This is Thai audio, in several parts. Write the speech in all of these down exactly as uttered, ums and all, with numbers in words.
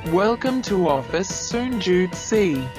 Welcome to office soon Jude C.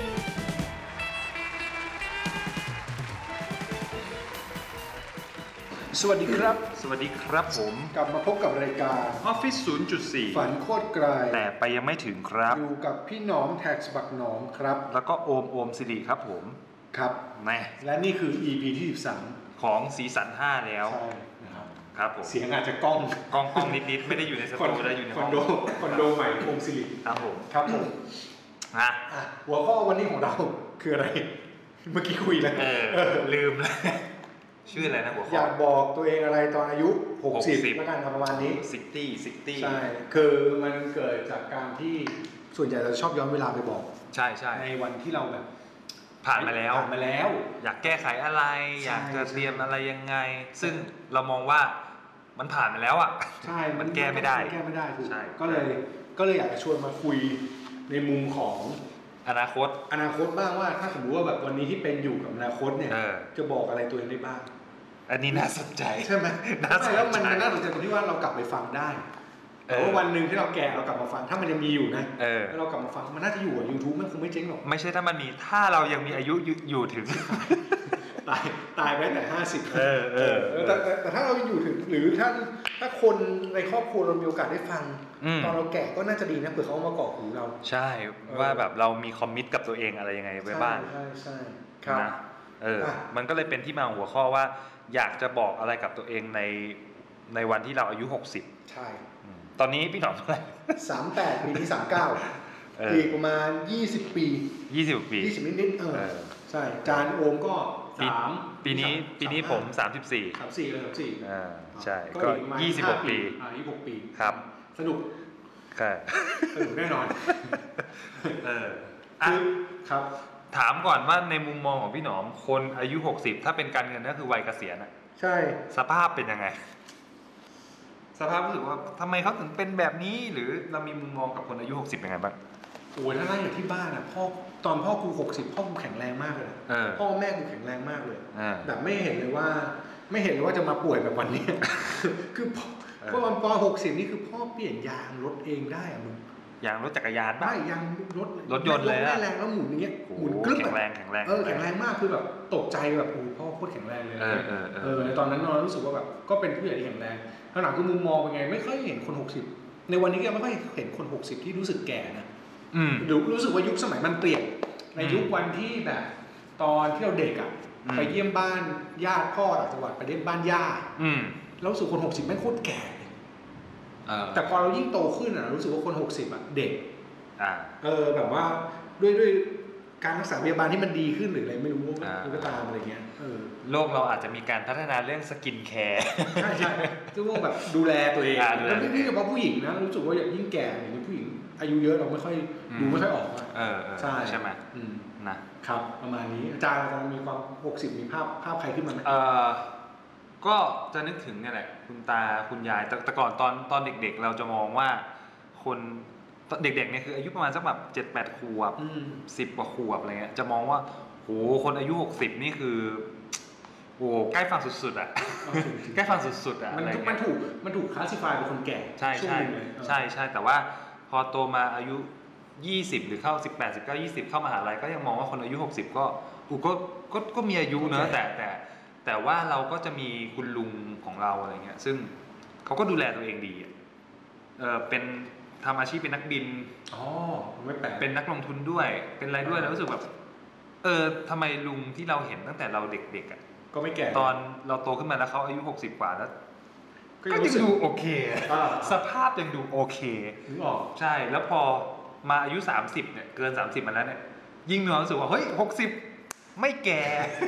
สวัสดีครับสวัสดีครับผมกลับมาพบกับรายการ Office ศูนย์จุดสี่ฝันโคตรไกลแต่ไปยังไม่ถึงครับอยู่กับพี่หนอมแท็กสบักหนอมครับแล้วก็โอมโอมสิริครับผมครับแน่และนี่คือ อี พี ที่สิบสามของซีซั่นห้าแล้วใช่นะครับครับผมเสียงอาจจะก้องก้องก้องนิดๆไม่ได้อยู่ในสตูได้อยู่ในคอนโดคอนโดใหม่โอมสิริครับผมครับผมอ่ะหัวข้อวันนี้ของเราคืออะไรเมื่อกี้คุยแล้วเออลืมแล้วชื่ออะไรนะหัวข้ออยากบอกตัวเองอะไรตอนอายุหกสิบแล้วกันประมาณนี้สิบตี้สิบตี้ใช่คือมันเกิดจากการที่ส่วนใหญ่เราชอบย้อนเวลาไปบอกใช่ใช่ในวันที่เราแบบผ่านมาแล้วผ่านมาแล้วอยากแก้ไขอะไรอยากจะเตรียมอะไรยังไงซึ่งเรามองว่ามันผ่านมาแล้วอ่ะใช่มันแก้ไม่ได้แก้ไม่ได้คือใช่ก็เลยก็เลยอยากจะชวนมาคุยในมุมของอนาคตอนาคตบ้างว่าถ้าสมมติว่าแบบวันนี้ที่เป็นอยู่กับอนาคตเนี่ยจะบอกอะไรตัวเองได้บ้างอันนี้น่าสนใจใช่ไหมน่าสนใจแล้วมันน่าสนใจตรงที่ว่าเรากลับไปฟังได้แต่ว่าวันหนึ่งที่เราแก่เรากลับมาฟังถ้ามันยังมีอยู่นะแล้วเรากลับมาฟังมันน่าจะอยู่กับ YouTube มันคงไม่เจ๊งหรอกไม่ใช่ถ้ามันมีถ้าเรายังมีอายุอยู่ถึงตายตายไปแต่ห้าสิบเออเออแต่แต่ถ้าเราอยู่ถึงหรือถ้าถ้าคนในครอบครัวเรามีโอกาสได้ฟังตอนเราแก่ก็น่าจะดีนะเผื่อเขามาเกาะหูเราใช่ว่าแบบเรามีคอมมิตกับตัวเองอะไรยังไงไว้บ้างใช่ใช่ครับนะเออมันก็เลยเป็นที่มาหัวข้อว่าอยากจะบอกอะไรกับตัวเองในในวันที่เราอายุหกสิบใช่ตอนนี้พี่หนอมเท่าไหร่สามสิบแปดปีนี้สามสิบเก้าอีกประมาณยี่สิบปียี่สิบปียี่สิบนิดๆเออใช่จานโอมก็สามปีนี้ปีนี้ผมสามสิบสี่สามสิบสี่เลยสามสิบสี่อ่าใช่ก็ยี่สิบหกปีอ่ายี่สิบหกปีครับสนุกครับสนุกแน่นอนเอออ่ะครับถามก่อนว่าในมุมมองของพี่หนอมคนอายุหกสิบถ้าเป็นการเงินก็คือวัยเกษียณอ่ะใช่สภาพเป็นยังไงสภาพรู้สึกว่าทำไมเขาถึงเป็นแบบนี้หรือเรามีมุมมองกับคนอายุหกสิบยังไงบ้างโอ้ยถ้าไล่อย่างที่บ้านอ่ะพ่อตอนพ่อกูหกสิบพ่อกูแข็งแรงมากเลยพ่อแม่กูแข็งแรงมากเลยแบบไม่เห็นเลยว่าไม่เห็นเลยว่าจะมาป่วยแบบวันนี้คือเพราะวันปหกสิบนี่คือพ่อเปลี่ยนยางรถเองได้อะมึงยางรถจักรยานได้ยางรถรถยนต์เลยอะแรงแล้วหมุนอย่างเงี้ยหมุนกึ๊บแข็งแรงแข็งแรงเออแข็งแรงมากคือแบบตกใจแบบโอ้พ่อโคตรแข็งแรงเลยเออเออในตอนนั้นเรารู้สึกว่าแบบก็เป็นผู้ใหญ่ที่แข็งแรงข้างหลังคือมุมมองเป็นไงไม่ค่อยเห็นคนหกสิบในวันนี้ก็ไม่ค่อยเห็นคนหกสิบที่รู้สึกแก่นะรู้สึกว่ายุคสมัยมันเปลี่ยนในยุควันที่แบบตอนที่เราเด็กอ่ะไปเยี่ยมบ้านญาติพ่อต่างจังหวัดไปเยี่ยมบ้านย่าแล้วรู้สึกคนหกสิบแม่งโคตรแก่แต่พอเรายิ่งโตขึ้นอ่ะรู้สึกว่าคนหกสิบอ่ะเด็กเออแบบว่าด้วยด้วยการรักษาพยาบาลที่มันดีขึ้นหรืออะไรไม่รู้ก็ตามอะไรเงี้ยเออโลกเราอาจจะมีการพัฒนาเรื่องสกินแคร์ใช่ใช่คือว่าแบบดูแลตัวเองแล้วนี่เฉพาะผู้หญิงนะรู้สึกว่ายิ่งแก่อย่างนี้ผู้หญิงอายุเยอะเราไม่ค่อยดูไม่ค่อยออกอ่ะใช่ใช่ไหมนะครับประมาณนี้อาจารย์อาจารย์มีความหกสิบมีภาพภาพใครขึ้นมาไหมเออก็จะนึกถึงเนี่ยแหละคุณตาคุณยายแต่แต่ก่อนตอนตอนเด็กๆเราจะมองว่าคนเด็กๆเนี่ยคืออายุประมาณสักแบบเจ็ดแปดขวบสิบกว่าขวบอะไรเงี้ยจะมองว่าโหคนอายุหกสิบนี่คือโอ้ใกล้ฝั่งสุดๆอ่ะใกล้ฝั่งสุดๆอ่ะมันมันถูกมันถูกคลาสสิฟายเป็นคนแก่ใช่ใช่ใช่ใช่แต่ว่าพอโตมาอายุยี่สิบหรือเข้าสิบแปด สิบเก้า ยี่สิบเข้ามหาลัยก็ยังมองว่าคนอายุหกสิบก็อูก็ก็ก็มีอายุเนอะแต่แต่แต่ว่าเราก็จะมีคุณลุงของเราอะไรเงี้ยซึ่งเขาก็ดูแลตัวเองดีเออเป็นทำอาชีพเป็นนักบินอ๋อไม่แปลกเป็นนักลงทุนด้วยเป็นอะไรด้วยแล้วรู้สึกแบบเออทำไมลุงที่เราเห็นตั้งแต่เราเด็กๆอ่ะก็ไม่แก่ตอนเราโตขึ้นมาแล้วเขาอายุหกสิบกว่าแล้วก็ยังดูโอเคสภาพยังดูโอเคนึกออกใช่แล้วพอมาอายุสามสิบเนี่ยเกินสามสิบมาแล้วเนี่ยยิ่งมีความรู้สึกว่าเฮ้ยหกสิบไม่แก่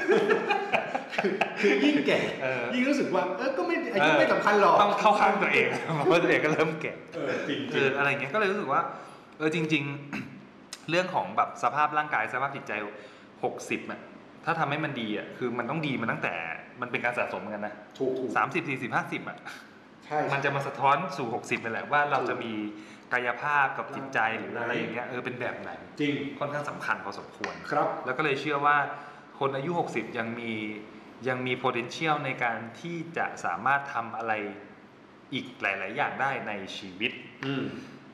คือยิ่งแก่ยิ่งรู้สึกว่าเออก็ไม่อายุไม่สำคัญหรอกต้องเข้าข้างตัวเองเพราะตัวเองก็เริ่มแก่เออจริงเอออะไรเงี้ยก็เลยรู้สึกว่าเออจริงๆเรื่องของแบบสภาพร่างกายสภาพจิตใจหกสิบอ่ะถ้าทำให้มันดีอ่ะคือมันต้องดีมาตั้งแต่มันเป็นการสะสมกันนะถูกสามสิบสี่สิบห้าสิบอ่ะใช่มันจะมาสะท้อนสู่หกสิบนั่นแหละว่าเราจะมีกายภาพกับจิตใจหรืออะไรอย่างเงี้ยเออเป็นแบบไหนจริงค่อนข้างสำคัญพอสมควรครับแล้วก็เลยเชื่อว่าคนอายุหกสิบยังมียังมี potential ในการที่จะสามารถทำอะไรอีกหลายๆอย่างได้ในชีวิต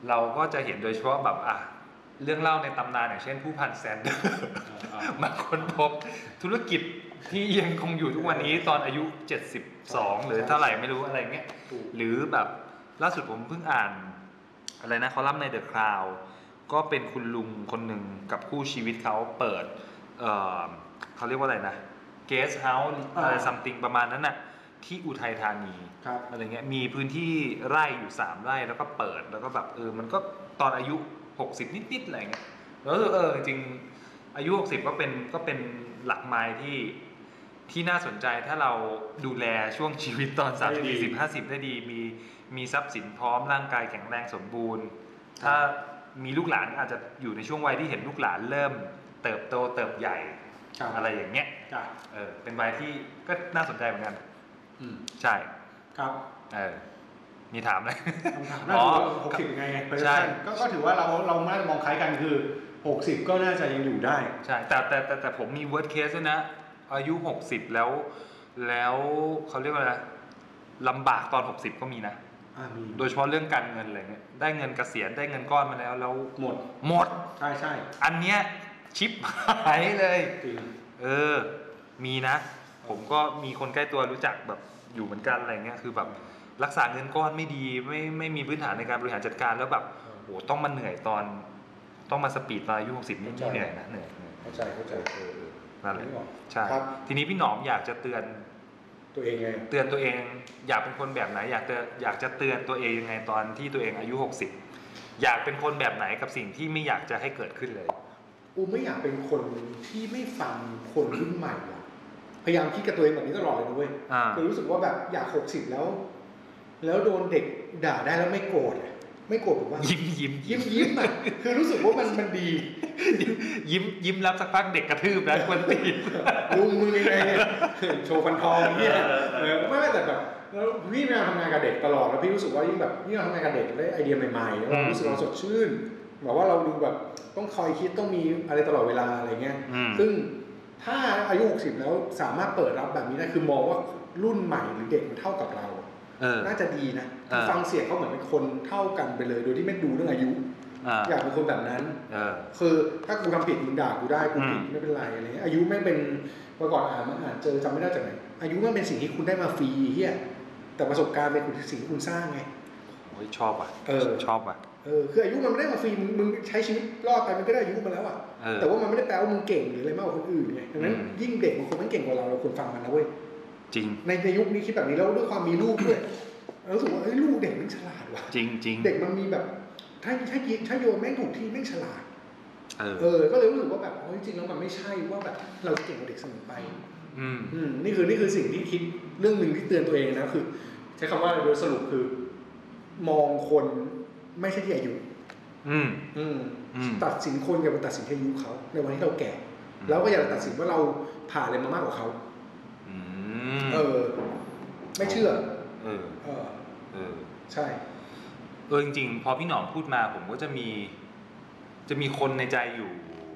เราก็จะเห็นโดยเฉพาะแบบอ่ะเรื่องเล่าในตำนานอย่างเช่นผู้พันแซนเดอร์มาค้นพบธุรกิจที่ยังคงอยู่ทุกวันนี้ตอนอายุเจ็ดสิบสองหรือเท่าไหร่ไม่รู้อะไรเงี้ยหรือแบบล่าสุดผมเพิ่งอ่านอะไรนะคอลัมน์ใน The Crown ก็เป็นคุณลุงคนหนึ่งกับคู่ชีวิตเขาเปิด เอ่อเขาเรียกว่าอะไรนะ Guest House อะไร something ประมาณนั้นน่ะที่อุทัยธานีอะไรเงี้ยมีพื้นที่ไร่อยู่สามไร่แล้วก็เปิดแล้วก็แบบเออมันก็ตอนอายุหกสิบนิดๆอะไรเงี้ยแล้วเออจริงอายุหกสิบก็เป็นก็เป็นหลักไมล์ที่ที่น่าสนใจถ้าเราดูแลช่วงชีวิตตอนสามสิบ สี่สิบ ห้าสิบได้ดีมีมีทรัพย์สินพร้อมร่างกายแข็งแรงสมบูรณ์ถ้ามีลูกหลานอาจจะอยู่ในช่วงวัยที่เห็นลูกหลานเริ่มเติบโตเติบใหญ่อะไรอย่างเงี้ยเออเป็นวัยที่ก็น่าสนใจเหมือนกันใช่ครับเออมีถามเลยคำถามน่าจะหกสิบยังไงไงใช่ก็ถือว่าเราเราน่าจะมองคล้ายกันคือหกสิบก็น่าจะยังอยู่ได้ใช่แต่แต่แต่แต่ผมมี worst case ด้วยนะอายุหกสิบแล้วแล้วเขาเรียกว่าอะไรลำบากตอนหกสิบก็มีนะโดยเฉพาะเรื่องการเงินอะไรเงี้ยได้เงินเกษียณได้เงินก้อนมาแล้วแล้วหมดหมดใช่ใช่อันเนี้ยชิปหายเลยเออมีนะผมก็มีคนใกล้ตัวรู้จักแบบอยู่เหมือนกันอะไรเงี้ยคือแบบรักษาเงินก้อนไม่ดีไม่ไม่มีพื้นฐานในการบริหารจัดการแล้วแบบโหต้องมาเหนื่อยตอนต้องมาสปีดตอนอายุหกสิบนี่เหนื่อยนะเหนื่อยเข้าใจเข้าใจเออนั่นแหละใช่ทีนี้พี่หนอมอยากจะเตือนตัวเองไงเตือนตัวเองอยากเป็นคนแบบไหนอยากจะอยากจะเตือนตัวเองยังไงตอนที่ตัวเองอายุหกสิบอยากเป็นคนแบบไหนกับสิ่งที่ไม่อยากจะให้เกิดขึ้นเลยอูไม่อยากเป็นคนที่ไม่ฟังคนรุ่นใหม่อะพยายามคิดกับตัวเองแบบนี้ตลอดเลยนะเว้ยคือรู้สึกว่าแบบอยากหกสิบแล้วแล้วโดนเด็กด่าได้แล้วไม่โกรธไม่โกรธผมว่ายิ้มยิ้มยิ้มยิ้มอ่ะคือรู้สึกว่ามันมันดียิ้มยิ้มรับสักพักเด็กกระทืบนะคนตีลุงมึงยังไงเนี่ยโชว์ฟันทองเนี่ยไม่ไม่แต่แบบแล้วพี่มาทำงานกับเด็กตลอดแล้วพี่รู้สึกว่ายิ่งแบบยิ่งทำงานกับเด็กได้ไอเดียใหม่ๆแล้วเรารู้สึกเราสดชื่นแบบว่าเราดูแบบต้องคอยคิดต้องมีอะไรตลอดเวลาอะไรเงี้ยซึ่งถ้าอายุหกสิบแล้วสามารถเปิดรับแบบนี้ได้คือมองว่ารุ่นใหม่หรือเด็กมันเท่ากับเราน่าจะดีนะฟังเสียงเขาเหมือนเป็นคนเท่ากันไปเลยโดยที่ไม่ดูเรื่องอายุอยากเป็นคนแบบนั้นคือถ้ากูทำผิดมึงด่ากูได้กูผิดไม่เป็นไรอะไรเงี้ยอายุไม่เป็นเมื่อก่อนอ่านมาอ่านเจอจำไม่ได้จากไหนอายุมันเป็นสิ่งที่คุณได้มาฟรีเฮียแต่ประสบการณ์เป็นสิ่งที่คุณสร้างไงโอ้ยชอบอ่ะเออชอบอ่ะเออคืออายุมันไม่ได้มาฟรีมึงใช้ชีวิตรอดไปมันก็ได้อายุมาแล้วอ่ะแต่ว่ามันไม่ได้แปลว่ามึงเก่งหรืออะไรมากกว่าคนอื่นไงดังนั้นยิ่งเด็กบางคนมันเก่งกว่าเราเราควรฟังมันนะเว้ยจริงในในยุคนี้คิดแบบนี้แล้วด้วยความมีลูกด้วยรู้สึกว่าเฮ้ยลูกเด็กมันฉลาดว่ะจริงจริงเด็กมันมีแบบถ้าถ้าถ้าโยนแม่งถูกที่แม่งฉลาดเออเออก็เลยรู้สึกว่าแบบจริงๆแล้วมันไม่ใช่ว่าแบบเราเก่งกว่าเด็กเสมอไปอืมอืมนี่คือนี่คือสิ่งที่คิดเรื่องนึงที่เตือนตัวเองนะคือใช้คำว่าโดยสรุปคือมองคนไม่ใช่ที่อายุอืมอืมตัดสินคนอย่าไปตัดสินที่อายุเขาในวันที่เราแก่แล้วก็อย่าตัดสินว่าเราผ่านอะไรมามากกว่าเขาเออไม่เชื่อเออเออเออใช่เออจริงๆพอพี่หนอมพูดมาผมก็จะมีจะมีคนในใจอยู่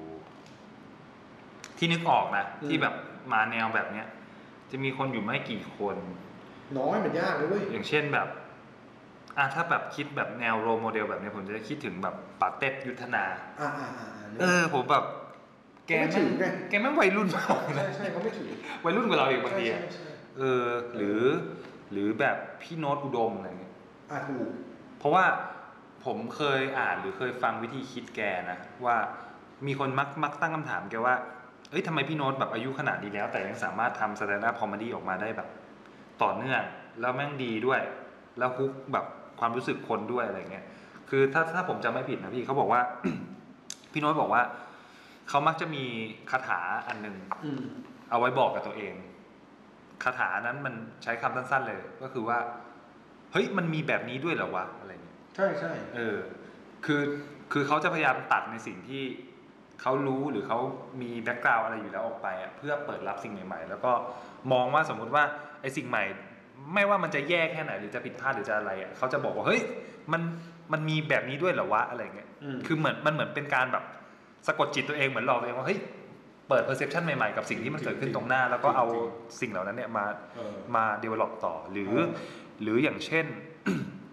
ที่นึกออกนะที่แบบมาแนวแบบเนี้ยจะมีคนอยู่ไม่กี่คนน้อยมันยากเลยเว้ยอย่างเช่นแบบอ่ะถ้าแบบคิดแบบแนวโรโมเดลแบบนี้ผมจะคิดถึงแบบปาเต็ดยุทธนาอ่าอ่าเออผมแบบแกไม่ถึงแกไม่วัยรุ่นมากใช่ใช่เขาไม่ถึงวัยรุ่นกว่าเราอีกบางทีเออหรือหรือแบบพี่โน้ตอุดมอะไรเงี้ยอ่าถูกเพราะว่าผมเคยอ่านหรือเคยฟังวิธีคิดแกนะว่ามีคนมักมักตั้งคำถามแกว่าเอ้ยทำไมพี่โน้ตแบบอายุขนาดนี้แล้วแต่ยังสามารถทำสแตนด์อัพคอมเมดี้ออกมาได้แบบต่อเนื่องแล้วแม่งดีด้วยแล้วฮุกแบบความรู้สึกคนด้วยอะไรเงี้ยคือถ้าถ้าผมจำไม่ผิดนะพี่เขาบอกว่า พี่โน้ตบอกว่าเขามักจะมีคาถาอันนึงเอาไว้บอกกับตัวเองคาถานั้นมันใช้คำสั้นๆเลยก็คือว่าเฮ้ยมันมีแบบนี้ด้วยเหรอวะอะไรเงี้ยใช่ใช่เออคือคือเขาจะพยายามตัดในสิ่งที่เขารู้หรือเขามีแบ็กกราวด์อะไรอยู่แล้วออกไปอ่ะเพื่อเปิดรับสิ่งใหม่ๆแล้วก็มองว่าสมมุติว่าไอ้สิ่งใหม่ไม่ว่ามันจะแย่แค่ไหนหรือจะผิดพลาดหรือจะอะไรอ่ะเขาจะบอกว่าเฮ้ยมันมันมีแบบนี้ด้วยเหรอวะอะไรเงี้ยคือเหมือนมันเหมือนเป็นการแบบสะกดจิตตัวเองเหมือนหลอกตัวเองว่าเฮ้ยเปิด perception ใหม่ๆกับสิ่งที่มันเกิดขึ้นตรงหน้าแล้วก็เอาสิ่งเหล่านั้นเนี่ยมามา develop ต่อหรือหรืออย่างเช่น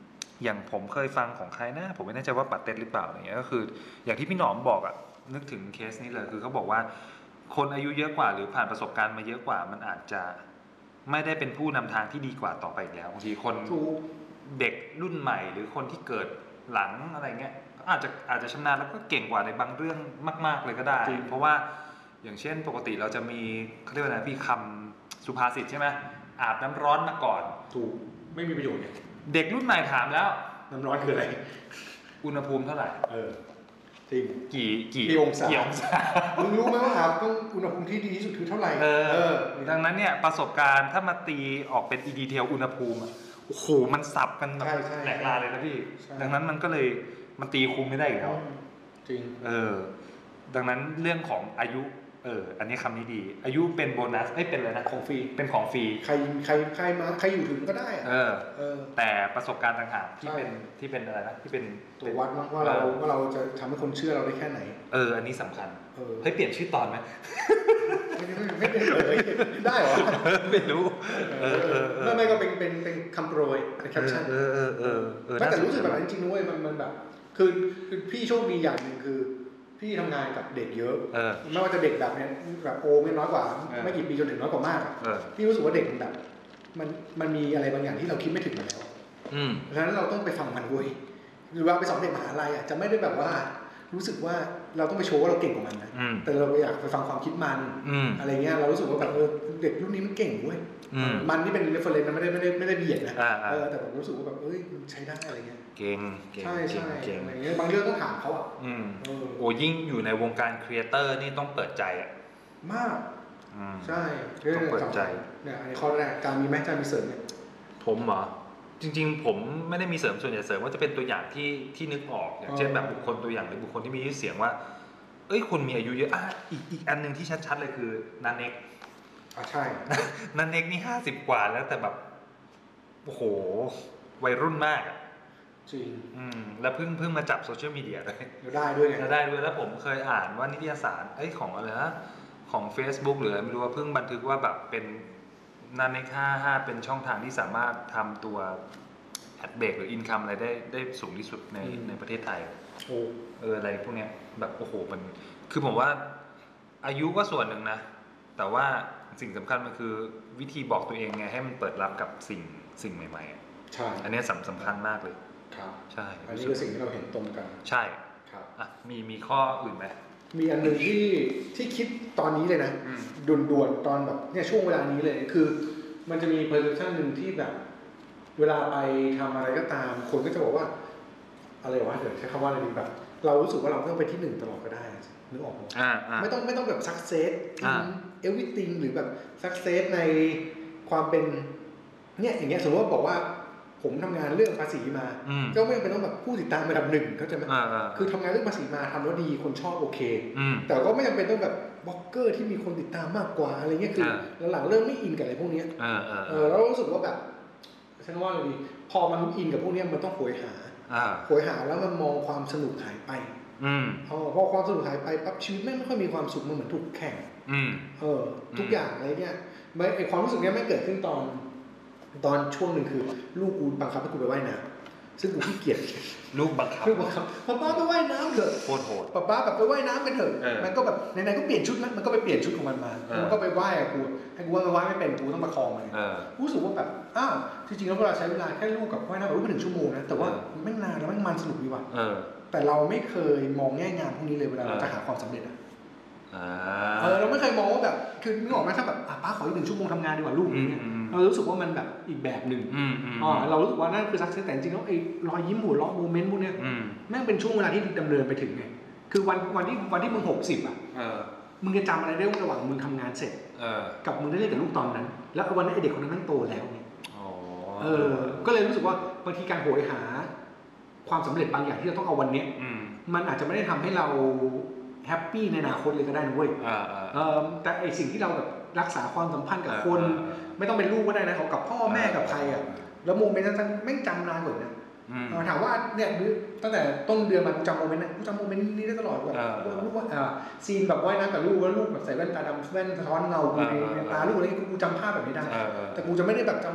อย่างผมเคยฟังของใครนะผมไม่แน่ใจว่าปัดเต็ดหรือเปล่าอย่างเงี้ยก็คืออย่างที่พี่หนอมบอกอะนึกถึงเคสนี้เลยคือเขาบอกว่าคนอายุเยอะกว่าหรือผ่านประสบการณ์มาเยอะกว่ามันอาจจะไม่ได้เป็นผู้นำทางที่ดีกว่าต่อไปอีกแล้วบางทีคนเด็กรุ่นใหม่หรือคนที่เกิดหลังอะไรเงี้ยอาจจะอาจจะชำนาญแล้วก็เก่งกว่าในบางเรื่องมากๆเลยก็ได้เพราะว่าอย่างเช่นปกติเราจะมีเขาเรียกว่าอะไรพี่คำสุภาษิตใช่ไหมอาบน้ำร้อนมาก่อนถูกไม่มีประโยชน์เนี่ยเด็กรุ่นใหม่ถามแล้วน้ำร้อนคืออะไรอุณหภูมิเท่าไหร่เออจริงกี่กี่องศากี่องศามึงรู้ไหมว่าอาบต้องอุณหภูมิที่ดีที่สุดคือเท่าไหร่เออดังนั้นเนี่ยประสบการณ์ถ้ามาตีออกเป็นอีดีเทลอุณหภูมิโอ้โหมันสับกันแบบแหลกลาเลยนะพี่ดังนั้นมันก็เลยมันตีคุมไม่ได้อีกแล้วจริงเออดังนั้นเรื่องของอายุเอออันนี้คำนี้ดีอายุเป็นโบนัสไม่เป็นเลยนะของฟรีเป็นของฟรีใครใครใครมาใครอยู่ถึงก็ได้เออเออแต่ประสบการณ์ต่างหากที่เป็นที่เป็นอะไรนะที่เป็นตัววัดว่าเราว่าเราจะทำให้คนเชื่อเราได้แค่ไหนเอออันนี้สำคัญเฮ้ยเปลี่ยนชื่อตอนไหมไม่ได้เลยได้เหรอไม่รู้เออเออไม่ไม่ก็เป็นเป็นเป็นคำโปรยเป็นแคปชั่นเออเออเออเออแต่รู้สึกแบบนั้นจริงๆด้วยมันมันแบบคือคือพี่โชคดีอย่างหนึ่งคือพี่ทำงานกับเด็กเยอะไม่ว่าจะเด็กแบบเนี้ยแบบโอไม่น้อยกว่าไม่กี่ปีจนถึงน้อยกว่ามากพี่รู้สึกว่าเด็กแบบมันมันมีอะไรบางอย่างที่เราคิดไม่ถึงมาแล้วเพราะฉะนั้นเราต้องไปฟังมันด้วยหรือว่าไปสอนเด็กมหาลัยอ่ะจะไม่ได้แบบว่ารู้สึกว่าเราต้องไปโชว์ว่าเราเก่งกว่ามันนะแต่เราอยากไปฟังความคิดมันอะไรเงี้ยเรารู้สึกว่าแบบเออเด็กรุ่นนี้มันเก่งเว้ยมันนี่เป็นเรฟเฟอเรนซ์นะไม่ได้ไม่ได้ไม่ได้เบียดนะเออแต่ผมรู้สึกว่าแบบเอ้ยมันใช้ได้อะไรเงี้ยเก่งเก่งใช่ใช่อะไรเงี้ยบางเรื่องต้องถามเขาอ่ะโอ้ยิ่งอยู่ในวงการครีเอเตอร์นี่ต้องเปิดใจอ่ะมากใช่ต้องเปิดใจเนี่ยอันนี้ข้อแรกการมีแม็กการมีเสริมเนี่ยผมเหรอจริงๆผมไม่ได้มีเสริมส่วนใหญ่เสริมว่าจะเป็นตัวอย่างที่ที่นึกออกอย่างเช่นแบบบุคคลตัวอย่างหรือบุคคลที่มีชื่อเสียงว่าเอ้ยคนมีอายุเยอะอ่ะอีกอีกอันนึงที่ชัดๆเลยคือนันเน็กอ่ะใช่นันเน็กนี่ห้าสิบกว่าแล้วแต่แบบโอ้โหวัยรุ่นมากอ่ะจริงอืมแล้วเพิ่งเพิ่งมาจับโซเชียลมีเดียเลยได้ด้วยไงได้ด้วยแล้วผมเคยอ่านว่านิตยสารเอ้ยของอะไรนะของ Facebook หรืออะไรไม่รู้ว่าเพิ่งบันทึกว่าแบบเป็นนันเน็กห้าห้าเป็นช่องทางที่สามารถทำตัวแอดเบรกหรืออินคัมอะไรได้ได้สูงที่สุดในในประเทศไทยโอ้เอออะไรพวกเนี้ยแบบโอ้โหมันคือผมว่าอายุก็ส่วนหนึ่งนะแต่ว่าสิ่งสำคัญมันคือวิธีบอกตัวเองไงให้มันเปิดรับกับสิ่งสิ่งใหม่ๆใช่อันนี้สำสำคัญมากเลยครับใช่อันนี้คือสิ่งที่เราเห็นตรงกันใช่ครับอ่ะมีมีข้ออื่นไหมมีอันนึงที่ที่คิดตอนนี้เลยนะด่วนๆตอนแบบเนี่ยช่วงเวลานี้เลยคือมันจะมี perception นึงที่แบบเวลาไปทำอะไรก็ตามคนก็จะบอกว่าอะไรวะเดี๋ยวใช้คำว่าอะไรดีแบบเรารู้สึกว่าเราต้องไปที่หนึ่งตลอดก็ได้นึกออกไหมไม่ต้องไม่ต้องแบบ success in everything หรือแบบ success ในความเป็นเนี่ยอย่างเงี้ยสมมติว่าบอกว่าผมทำงานเรื่องภาษีมาก็ไม่จำเป็นต้องแบบผู้ติดตามระดับหนึ่งเข้าใจไหมคือทำงานเรื่องภาษีมาทำแล้วดีคนชอบโอเคแต่ก็ไม่จำเป็นต้องแบบบล็อกเกอร์ที่มีคนติดตามมากกว่าอะไรเงี้ยคือหลังๆเริ่มไม่อินกับอะไรพวกนี้เออแล้วรู้สึกว่าแบบฉันว่าอะไรดีพอมันอินกับพวกนี้มันต้องโหยหาโหยหาแล้วมันมองความสนุกหายไปอ๋อพอความสนุกหายไปปั๊บชีวิตแม่งไม่ค่อยมีความสุขมันเหมือนถูกแข่งเออทุกอย่างอะไรเนี่ยไอความรู้สึกนี้ไม่เกิดขึ้นตอนตอนช่วงหนึ่งคือลูกกูบังคับให้กูไปว่ายน้ำซึ่งกูขี้เกียจลูกบังคับลูกบังคับป้าป้าไปว่ายน้ำเถอะโคตรโหดป้าป้าแบบไปว่ายน้ำกันเถอะมันก็แบบไหนๆก็เปลี่ยนชุดแล้วมันก็ไปเปลี่ยนชุดของมันมามันก็ไปว่ายกับกูให้กูว่ามันว่ายไม่เป็นกูต้องประคองมันรู้สึกว่าแบบอ้าวจริงๆแล้วเราใช้เวลาแค่ลูกกับว่ายน้ำกับลูกไม่ถึงชั่วโมงนะแต่ว่าไม่นานแล้วมันสนุกดีว่ะแต่เราไม่เคยมองแง่งามพวกนี้เลยเวลาเราจะหาความสำเร็จอะเออเราไม่เคยมองว่าแบบคือนึกออกไหมถ้าแบบป้าขออีกหนึ่งชั่วโมงทำงานดีกว่าลูกเนี่ยเรารู้สึกว่ามันแบบอีกแบบหนึ่งอ๋อเรารู้สึกว่านั่นคือซักเซสแต่จริงๆแล้วไอ้รอยยิ้มหัวเราะโมเมนต์พวกเนี้ยแม่งเป็นช่วงเวลาที่ดำเนินไปถึงไงคือวันวันที่วันที่มึงหกสิบอ่ะมึงจะจำอะไรได้ระหว่างมึงทำงานเสร็จกับมึงได้เล่นกับลูกตอนนั้นแล้ววันนั้นไอ้เด็กคนนั้นแม่งโตแล้วไงเออก็เลยรู้สึกว่าบางทีการโหยหาความสำเร็จบางอย่างที่เราต้องเอาวันนี้มันอาจจะไม่ได้ทำให้เราแฮปปี้ในอนาคตเลยก็ได้นะเว้ยแต่ไอสิ่งที่เราแบบรักษาความสัมพันธ์กับคนไม่ต้องเป็นลูกก็ได้นะเขากับพ่อแม่กับใครอ่ะแล้วโมเมนต์นั้นแม่งจำนานกว่านะถามว่าเนี่ยตั้งแต่ต้นเดือนมากูจำโมเมนต์นั้นกูจำโมเมนต์นี้ได้ตลอดแบบลูกว่าซีนแบบว่ายน้ำกับลูกแล้วลูกแบบใส่แว่นตาดำแว่นสะท้อนเงากูในตาลูกอะไรกูจำภาพแบบนี้ได้แต่กูจะไม่ได้แบบจำว่า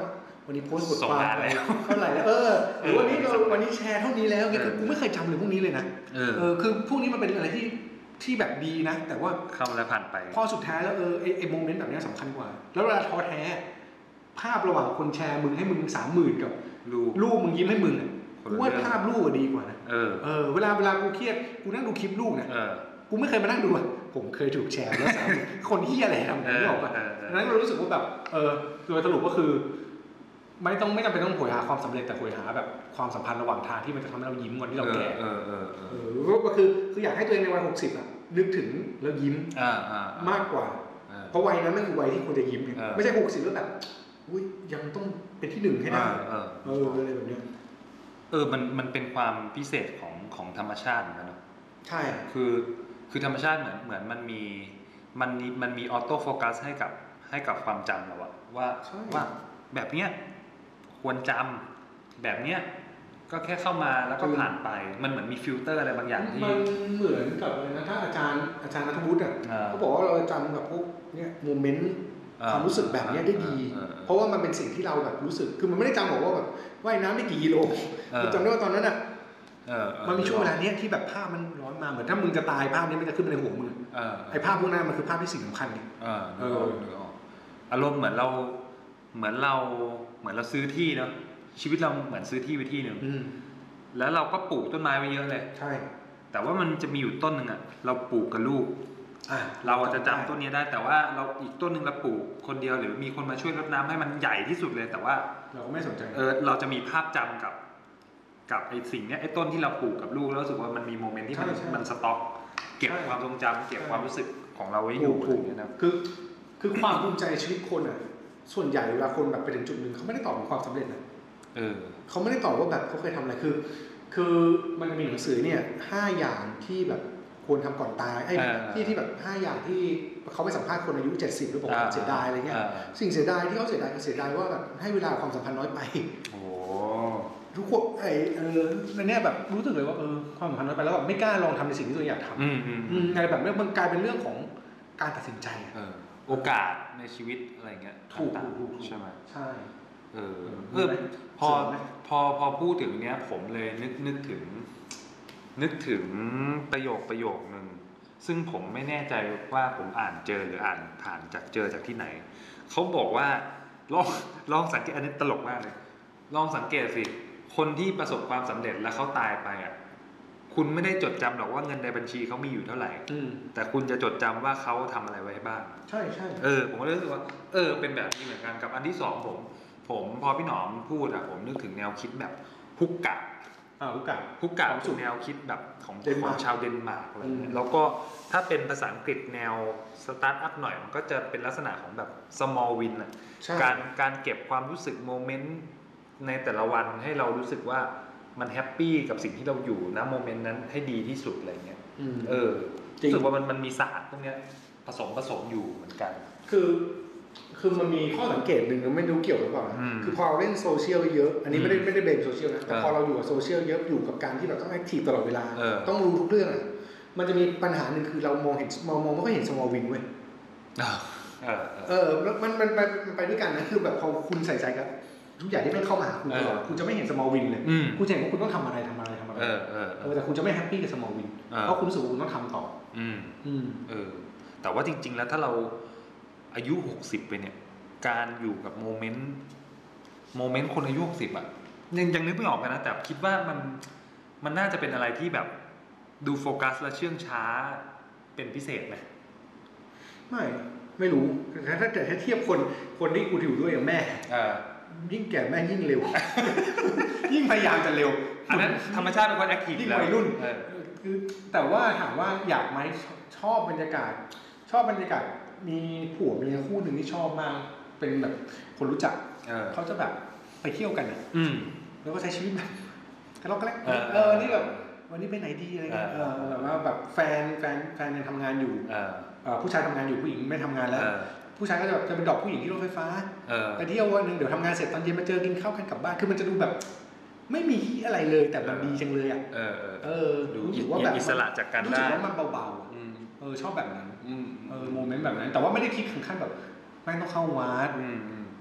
วันนี้โพสต์บทความอะไรเท่าไหร่แล้วเออหรือวันนี้เราวันนี้แชร์เท่านี้แล้วเนี่ยคือกูไม่เคยจำเลยพวกนี้เลยนะเออคือพวกนี้มันเป็นอะไรที่ที่แบบดีนะแต่ว่าเข้าแล้วผ่านไปพอสุดท้ายแล้วเออไอไอโมเมนต์แบบนี้สำคัญกว่าแล้วเวลาท้อแท้ภาพระหว่างคนแชร์มึงให้มึงสามหมื่นกับลูกมึงยิ้มให้มึงกูว่าภาพลูกดีกว่านะเออเออเวลาเวลากูเครียดกูนั่งดูคลิปลูกนะกูไม่เคยมานั่งดูอ่ะผมเคยถูกแชร์แล้วสามคนที่อะไรทำแบบนี้ออกมาดังนั้นเรารู้สึกว่าแบบเออโดยสรุปก็คือไม่ต้องไม่จำเป็นต้องโหยหาความสำเร็จแต่โหยหาแบบความสัมพันธ์ระหว่างทางที่มันจะทำให้เรายิ้มวันที่เราแก่เออเออเออก็คือคืออยากให้ตัวเองในวัยหกสิบอ่ะนึกถึงแล้วยิ้มมากกว่าเพราะวัยนั้นไม่คือวัยที่ควรจะยิ้มไม่ใช่หกสิบแล้วแบบอุ้ยยังต้องเป็นที่หนึ่งให้ได้เออเอออะไรแบบนี้เออมันมันเป็นความพิเศษของของธรรมชาติเหมือนกันเนาะใช่คือคือธรรมชาติเหมือนเหมือนมันมีมันมันมีออโต้โฟกัสให้กับให้กับความจำเราอะว่าว่าแบบเนี้ยควรจำแบบเนี้ยก็แค่เข้ามาแล้วก็ผ่านไปมันเหมือนมีฟิลเตอร์อะไรบางอย่างที่มันเหมือนกับอะไรนะถ้าอาจารย์อาจารย์ณัฐวุฒิอ่ะเขาบอกว่าเราจำกับพวกเนี้ยโมเมนต์ความรู้สึกแบบนี้ได้ดีเพราะว่ามันเป็นสิ่งที่เราแบบรู้สึกคือมันไม่ได้จำบอกว่าแบบว่ายน้ำได้กี่กิโลจำได้ว่าตอนนั้นอ่ะมันมีช่วงเวลาเนี้ยที่แบบภาพมันร้อนมาเหมือนถ้ามึงจะตายภาพนี้มันจะขึ้นมาในหัวมึงไอ้ภาพพวกนั้นมันคือภาพที่สิ่งสำคัญนี่อารมณ์เหมือนเราเหมือนเราเหมือนเราซื้อที่เนาะชีวิตเราเหมือนซื้อที่ไว้ที่หนึ่งแล้วเราก็ปลูกต้นไม้ไว้เยอะเลยใช่แต่ว่ามันจะมีอยู่ต้นหนึ่งอ่ะเราปลูกกับลูกเราจะจำต้นนี้ได้แต่ว่าเราอีกต้นหนึ่งเราปลูกคนเดียวหรือมีคนมาช่วยรดน้ำให้มันใหญ่ที่สุดเลยแต่ว่าเราก็ไม่สนใจเออเราจะมีภาพจำกับกับไอ้สิ่งเนี้ยไอ้ต้นที่เราปลูกกับลูกแล้วรู้สึกว่ามันมีโมเมนต์ที่มันมันสต็อกเก็บความทรงจำเก็บความรู้สึกของเราไว้อยู่ถูกนะคือคือความภูมิใจชีวิตคนอ่ะส่วนใหญ่เวลาคนแบบไปถึงจุดหนึ่งเขาไม่ได้ตอบถึงความสำเร็จนะเออเขาไม่ได้ตอบว่าแบบเขาเคยทำอะไรคือคือมันมีหนังสือเนี่ยห้าอย่างที่แบบควรทำก่อนตายไอ้ที่ที่แบบห้าอย่างที่เขาไปสัมภาษณ์คนอายุเจ็ดสิบแล้วบอกเสียดายอะไรเงี้ยสิ่งเสียดายที่เขาเสียดายคือเสียดายว่าแบบให้เวลาความสัมพันธ์น้อยไปโอ้ทุกคนไอ้เออในเนี้ยแบบรู้สึกเลยว่าเออความสัมพันธ์น้อยไปแล้วแบบไม่กล้าลองทำในสิ่งที่ตัวเองอยากทำอะไรแบบนี้มันกลายเป็นเรื่องของการตัดสินใจโอกาสในชีวิตอะไรเงี้ยถูกถูกใช่ไหมใช่เออเออพอพอพอพูดถึงเนี้ยผมเลยนึกนึกถึงนึกถึงประโยคประโยคนึงซึ่งผมไม่แน่ใจว่าผมอ่านเจอหรืออ่านผ่านจากเจอจากที่ไหนเขาบอกว่าลองลองสังเกตอันนี้ตลกมากเลยลองสังเกตสิคนที่ประสบความสำเร็จแล้วเขาตายไปอ่ะคุณไม่ได้จดจำหรอกว่าเงินในบัญชีเขามีอยู่เท่าไหร่แต่คุณจะจดจำว่าเขาทำอะไรไว้บ้างใช่ใช่เออผมก็รู้สึกว่าเออเป็นแบบนี้เหมือนกันกับอันที่สองผมผมพอพี่หนอมพูดอะผมนึกถึงแนวคิดแบบฮุกกะอ่าฮุกกะฮุกกะสู่แนวคิดแบบของของชาวเดนมาร์กอะไรเงี้ยแล้วก็ถ้าเป็นภาษาอังกฤษแนวสตาร์ทอัพหน่อยมันก็จะเป็นลักษณะของแบบ small win อะการการเก็บความรู้สึกโมเมนต์ในแต่ละวันให้เรารู้สึกว่ามันแฮปปี้กับสิ่งที่เราอยู่นะโมเมนต์นั้นให้ดีที่สุดอะไรเงี้ยเออรู้สึกว่ามันมันมีศาสตร์พวกเนี้ยผสมผสมอยู่เหมือนกันคือคือมันมีข้อสังเกตหนึ่งไม่รู้เกี่ยวหรือเปล่าคือพอเราเล่นโซเชียลเยอะอันนี้ไม่ได้ไม่ได้เบนโซเชียลนะแต่พอเราอยู่กับโซเชียลเยอะอยู่กับการที่แบบต้องแอคทีฟตลอดเวลาต้องรู้ทุกเรื่องอ่ะมันจะมีปัญหาหนึ่งคือเรามองเห็นมองมองไม่ค่อยเห็น small win เว้ยเออมันมันไปมันไปด้วยกันนะคือแบบพอคุณใส่ใจกับทุกอย่างที่มันเข้ามาหาคุณตลอดคุณจะไม่เห็น small win เลยคุณจะเห็นว่าคุณต้องทำอะไรทำอะไรทำอะไรเออแต่คุณจะไม่แฮปปี้กับ small win เพราะคุณรู้สึกว่าคุณต้องทำต่ออืมอืมเออแต่ว่าจริงๆแล้วถ้าเราอายุหกสิบไปเนี่ยการอยู่กับโมเมนต์โมเมนต์คนอายุหกสิบอ่ะยังยังนึกไม่ออกกันนะแต่คิดว่ามันมันน่าจะเป็นอะไรที่แบบดูโฟกัสและเชื่องช้าเป็นพิเศษไหมไม่ไม่รู้ถ้าเกิดถ้าเทียบคนคนที่กูอยู่ด้วยอย่างแม่ยิ่งแก่แม่ยิ่งเร็ว ยิ่งพยายามจะเร็วอันนั้นธรรมชาติเป็นคนแอคทีฟยิ่งวัยรุ่นคือแต่ว่าถามว่าอยากไหมชอบบรรยากาศชอบบรรยากาศมีผัวเมียคู่หนึ่งที่ชอบมากเป็นแบบคนรู้จักเขาจะแบบไปเที่ยวกันอ่ะแล้วก็ใช้ชีวิตแบบกระลอกกระแลกเออนี่แบบวันนี้ไปไหนดีอะไรเงี้ยแบบว่าแบบแฟนแฟนแฟนยังทำงานอยู่ผู้ชายทำงานอยู่ผู้หญิงไม่ทำงานแล้วผู้ชายก็จะแบบจะเป็นดอกผู้หญิงที่รถไฟฟ้าไปเที่ยววันนึงเดี๋ยวทำงานเสร็จตอนเย็นมาเจอกินข้าวกันกลับบ้านคือมันจะดูแบบไม่มีอะไรเลยแต่มันดีจังเลยอ่ะเออรู้สึกว่าแบบอิสระจากกันได้รู้สึกว่ามันเบาๆเออชอบแบบนั้นเออโมเมนต์แบบนั้นแต่ว่าไม่ได้คิดถึงขั้นแบบแม่งต้องเข้าวัดเอ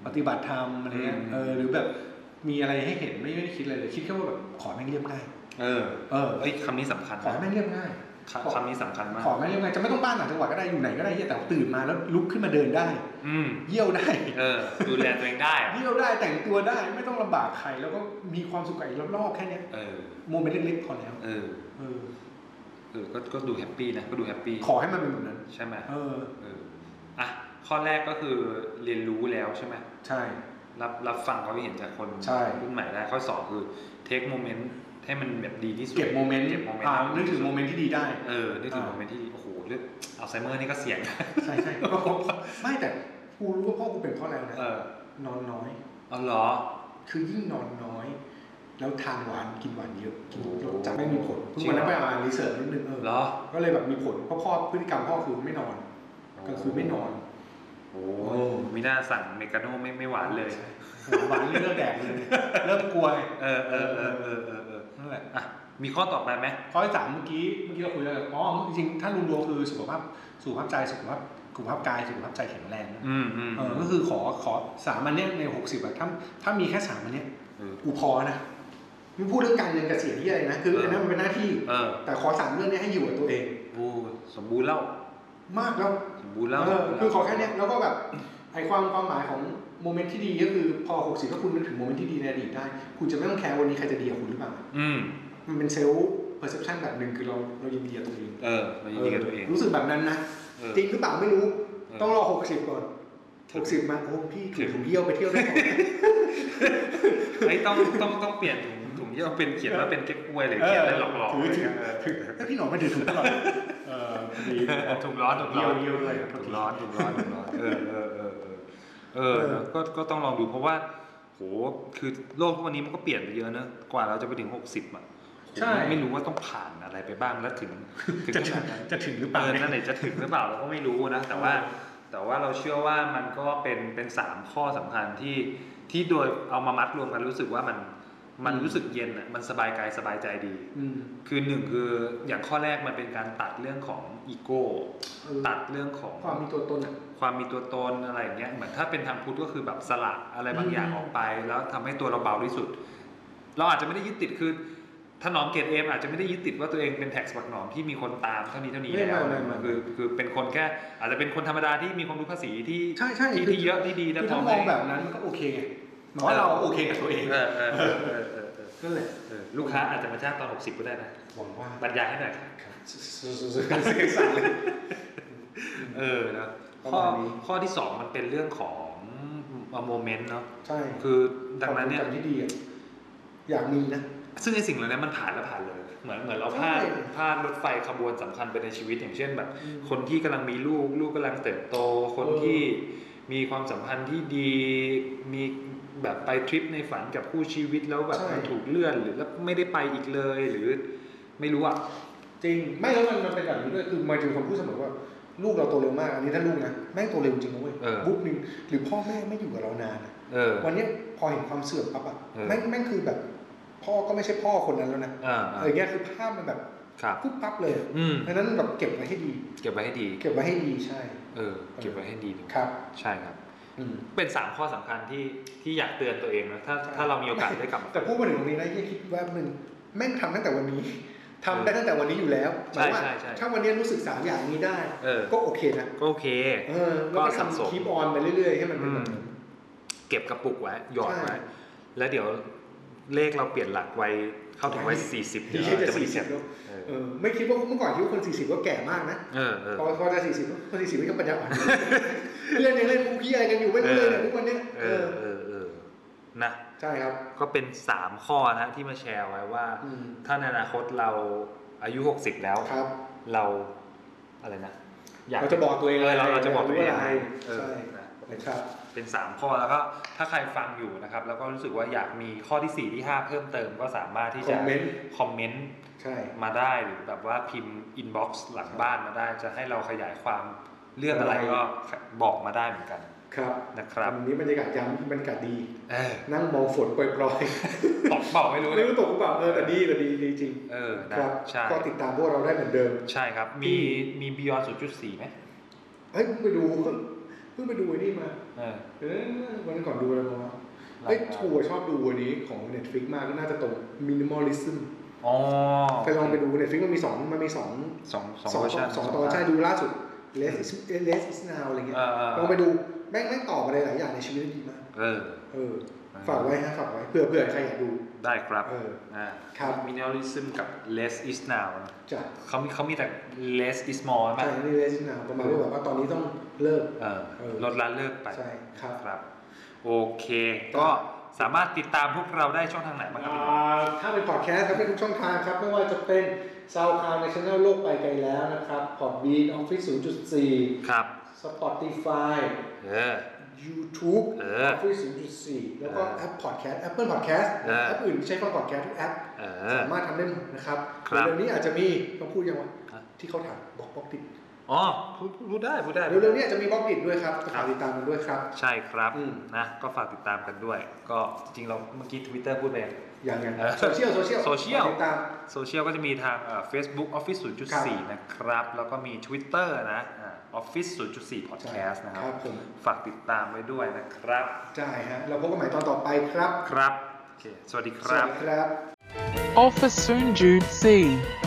ปฏิบัติธรรมอะไรเงี้ยเออหรือแบบมีอะไรให้เห็นไม่ได้คิดอะไรเลยคิดแค่ว่าแบบขอแม่งเรียบง่ายเออเออเอ้ยคำนี้สำคัญขอแม่งเรียบง่ายคำนี้สำคัญมากขอแม่งเรียบง่ายจะไม่ต้องบ้านต่างจังหวัดก็ได้อยู่ไหนก็ได้แต่ตื่นมาแล้วลุกขึ้นมาเดินได้เยี่ยวได้เออดูแลตัวเองได้เยี่ยวได้แต่งตัวได้ไม่ต้องลำบากใครแล้วก็มีความสุขกับรอบๆแค่นี้เออโมเมนต์เล็กๆพอแล้วเออเออเออก็ก็ดูแฮปปี้นะก็ดูแฮปปี้ขอให้มันเป็นแบบนั้นใช่ไหมเออเอออ่ะข้อแรกก็คือเรียนรู้แล้วใช่ไหมใช่รับรับฟังความเห็นจากคนรุ่นใหม่ได้ข้อสองคือเทคโมเมนต์ให้มันแบบดีที่สุดเก็บโมเมนต์อ่านึกถึงโมเมนต์ที่ดีได้เออนึกถึงโมเมนต์ที่ดีโอ้โหเรื่องอัลไซเมอร์นี่ก็เสี่ยงใช่ใช่ไม่แต่กูรู้ว่าพ่อกูเป็นเพราะอะไรนะนอนน้อยอ๋อเหรอคือยิ่งนอนน้อยแล้วทานหวานกินหวานเยอะกินจะไม่มีผลทุกวันนั้นไปอ่านรีเสิร์ชนิดนึงเออก็เลยแบบมีผลเพราะพ่อพฤติกรรมพ่อคือไม่นอนก็คือไม่นอนโอ้มีหน้าสั่งเมกาโน่ไม่ไม่หวานเลยหวานเริ่มแดกเลยเริ่มกลัวเออเออเออเออเออเออนั่นแหละอ่ะมีข้อต่อไปไหมข้อที่สามเมื่อกี้เมื่อกี้เราคุยแล้วอ๋อจริงๆถ้ารวมๆคือสุขภาพสุขภาพใจสุขภาพสุขภาพกายสุขภาพใจแข็งแรงอืมอืมเออก็คือขอขอสามอันเนี้ยในหกสิบอะถ้าถ้ามีแค่สามอันเนี้ยกูพอนะไม่พูดเรื่องการเงินเกษียณที่อะไรนะคืออันนั้นมันเป็นหน้าที่แต่ขอสามเรื่องนี้ให้อยู่กับตัวเองโอ้สมบูรณ์แล้วมากแล้วสมบูรณ์แล้วคือขอแค่นี้แล้วก็แบบไอความความหมายของโมเมนต์ที่ดีก็คือพอหกสิบถ้าคุณนึกถึงโมเมนต์ที่ดีในอดีตได้คุณจะไม่ต้องแคร์วันนี้ใครจะดีกับคุณหรือเปล่าอืมมันเป็นเซลล์เพอร์เซพชันแบบหนึ่งคือเราเรายินดีกับตัวเองเออเรายินดีกับตัวเองรู้สึกแบบนั้นนะจริงหรือเปล่าไม่รู้ต้องรอหกสิบก่อนหกสิบมาโอ้พี่ถือถุงเยี่ยวไปเที่ยวได้ไหมไอ้ต้องต้องต้องเปลี่ยนถุงถุงเยี่ยวเป็นเขียนว่าเป็นเก๊กฮวยหรือเขียนอะไรหลอกๆถือถือถ้าพี่หนอไม่ถือถุงตลอดเออดีถุงร้อนถุงร้อนเยี่ยวเลยถุงร้อนถุงร้อนถุงร้อนเออเออเออเออก็ก็ต้องลองดูเพราะว่าโหคือโลกทุกวันนี้มันก็เปลี่ยนไปเยอะนะกว่าเราจะไปถึงหกสิบอ่ะใช่ไม่รู้ว่าต้องผ่านอะไรไปบ้างแล้วถึงถึงจะถึงจะถึงหรือเปล่านั่นแหละจะถึงหรือเปล่าเราก็ไม่รู้นะแต่ว่าแต่ว่าเราเชื่อว่ามันก็เป็นเป็นสามข้อสำคัญที่ที่โดยเอามามัดรวมกันรู้สึกว่ามันมันรู้สึกเย็นอ่ะมันสบายกายสบายใจดีคือหนึ่งคืออย่างข้อแรกมันเป็นการตัดเรื่องของอีโก้ตัดเรื่องของความมีตัวตนอ่ะความมีตัวตนอะไรอย่างเงี้ยเหมือนถ้าเป็นทางพุทธก็คือแบบสละอะไรบางอย่างออกไปแล้วทำให้ตัวเราเบาที่สุดเราอาจจะไม่ได้ยึดติดคือถนอมเกรดเอมอาจจะไม่ได้ยึดติดว่าตัวเองเป็นแท็กซ์บักหนอมที่มีคนตามเท่านี้เท่านี้แล้วคือคือเป็นคนแค่อาจจะเป็นคนธรรมดาที่มีความรู้ภาษีที่ที่ที่เยอะที่ดีแต่พอมองแบบนั้นมันก็โอเคไงหมายว่าเราโอเคกับตัวเองก็เลยลูกค้าอาจจะมาจ้างตอนหกสิบก็ได้นะหวังว่าบรรยายให้หน่อยเออนะข้อข้อที่สองมันเป็นเรื่องของโมเมนต์เนาะใช่คือดังนั้นเนี่ยที่ดีอยากมีนะซึ่งไอ้สิ่งเหล่านี้มันผ่านแล้วผ่านเลยเหมือนเหมือนเราพลาดพลาดรถไฟขบวนสำคัญไปในชีวิตอย่างเช่นแบบคนที่กำลังมีลูกลูกกำลังเติบโตคนที่มีความสัมพันธ์ที่ดีมีแบบไปทริปในฝันกับคู่ชีวิตแล้วแบบมันถูกเลื่อนหรือแล้วไม่ได้ไปอีกเลยหรือไม่รู้อ่ะจริงไม่แล้วมันมันเป็นแบบนี้ด้วยคือมาถึงคนพูดเสมอว่าลูกเราโตเร็วมากอันนี้ถ้าลูกนะแม่งโตเร็วจริงนะเว้ยบุ๊กนึงหรือพ่อแม่ไม่อยู่กับเรานานวันนี้พอเห็นความเสื่อมปั๊บอ่ะแม่งแม่งคือแบบพ่อก็ไม่ใช่พ่อคนนั้นแล้วนะเออเงี้ยคือภาพมันแบบปุ๊บปั๊บเลยดังนั้นแบบเก็บไว้ให้ดีเก็บไว้ให้ดีเก็บไว้ให้ดีใช่เออเก็บไว้ให้ดีครับใช่ครับเป็นสามข้อสำคัญที่ที่อยากเตือนตัวเองนะถ้าถ้าเรามีโอกาสได้กลับแต่พูดมาถึงตรงนี้นะยี่คิดว่าหนึ่งแม่งทำตั้งแต่วันนี้ทำได้ตั้งแต่วันนี้อยู่แล้วหมายว่าถ้าวันนี้รู้สึกสามอย่างนี้ได้ก็โอเคนะก็โอเคก็ทำคีปออนไปเรื่อยๆให้มันเป็นแบบนั้นเก็บกระปุกไว้หยอดไว้แล้วเดี๋ยวเลขเราเปลี่ยนหลักไว้เข้าถึงไว้สี่สิบเดี๋ยวจะสี่สิบแล้วไม่คิดว่าเมื่อก่อนคิดว่าคนสี่สิบก็แก่มากนะพอพอจะสี่สิบคนสี่สิบไม่ก็ปัญญาอ่อนเล่นเล่นมุกขี้อะไรกันอยู่ไม่รู้เลยเนี่ยทุกวันนี้เออเออเออนะใช่ครับก็เป็นสามข้อนะที่มาแชร์ไว้ว่าถ้าในอนาคตเราอายุหกสิบแล้วเราอะไรนะเราจะบอกตัวเองอะไรเราจะบอกตัวเองอะไรใช่ครับเป็นสามข้อแล้วก็ถ้าใครฟังอยู่นะครับแล้วก็รู้สึกว่าอยากมีข้อที่สี่ที่ห้าเพิ่มเติมก็สามารถที่จะคอมเมนต์มาได้หรือแบบว่าพิมพ์อินบ็อกซ์หลังบ้านมาได้จะให้เราขยายความเรื่องอะไรก็บอกมาได้เหมือนกันครับนะครับวันนี้บรรยากาศยามบรรยากาศดีนั่งมองฝนปล่อยๆตกเปล่าไม่รู้ไม่รู้ตกเปล่าเออแต่ดีแต่ดีดีจริงเออครับก็ติดตามพวกเราได้เหมือนเดิมใช่ครับมีมี Beyond ศูนย์จุดสี่ มั้ยเฮ้ยไปดูพิ่งไปดูไอ้นี่มาเออวันนั้นก่อนดูอะไรมาไอ้ทัวร์ชอบดูวันนี้ของ Netflix มากก็น่าจะตรง Minimalism อ๋อไปลองไปดู Netflix มันมีสองมันมีสองสองสองเวอร์ชันสองตอนใช่ดูล่าสุด Less is Less is Now อะไรเงี้ยลองไปดูแม่งแม่งตอบอะไรหลายอย่างในชีวิตดีมากเออเออฝากไว้ฮะฝากไว้เผื่อเผื่อใครอยากดูได้ครับเอออ่าครับ Minimalism กับ Less is Now จ้ะเขามีเขามีแต่ Less is More ใช่นี่ Less is Now ประมาณว่าแบบว่าตอนนี้ต้องเลิกเออลดละเลิกไปใช่ครับครับโอเคก็สามารถติดตามพวกเราได้ช่องทางไหนบ้างครับถ้าเป็นพอดแคสต์ครับเป็นทุกช่องทางครับไม่ว่าจะเป็น SoundCloud ใน Channel โลกไปไกลแล้วนะครับ Podbean Office ศูนย์จุดสี่ครับ Spotify เออ YouTube เออ Office ศูนย์จุดสี่ แล้วก็แอป Podcast Apple Podcast แอปอื่นที่ใช้ฟัง Podcast ทุกแอปสามารถทำได้หมดนะครับเร็วๆนี้อาจจะมีต้องพูดยังวะที่เขาถามบล็อกบล็อกดิอ๋อพูดได้พูดได้เร็วๆนี้จะมีบล็อกดิด้วยครับฝากติดตามกันด้วยครับใช่ครับนะก็ฝากติดตามกันด้วยก็จริงๆเราเมื่อกี้ Twitter พูดไปอย่างงั้นโซเชียลโซเชียลโซเชียลติดตามโซเชียลก็จะมีทาง Facebook Office ศูนย์จุดสี่ นะครับแล้วก็มี Twitter นะ Office ศูนย์จุดสี่ Podcast นะครับฝากติดตามไว้ด้วยนะครับใช่ฮะเราพบกันใหม่ตอนต่อไปครับครับโอเคสวัสดีครับสวัสดีครับ Office ศูนย์จุดสี่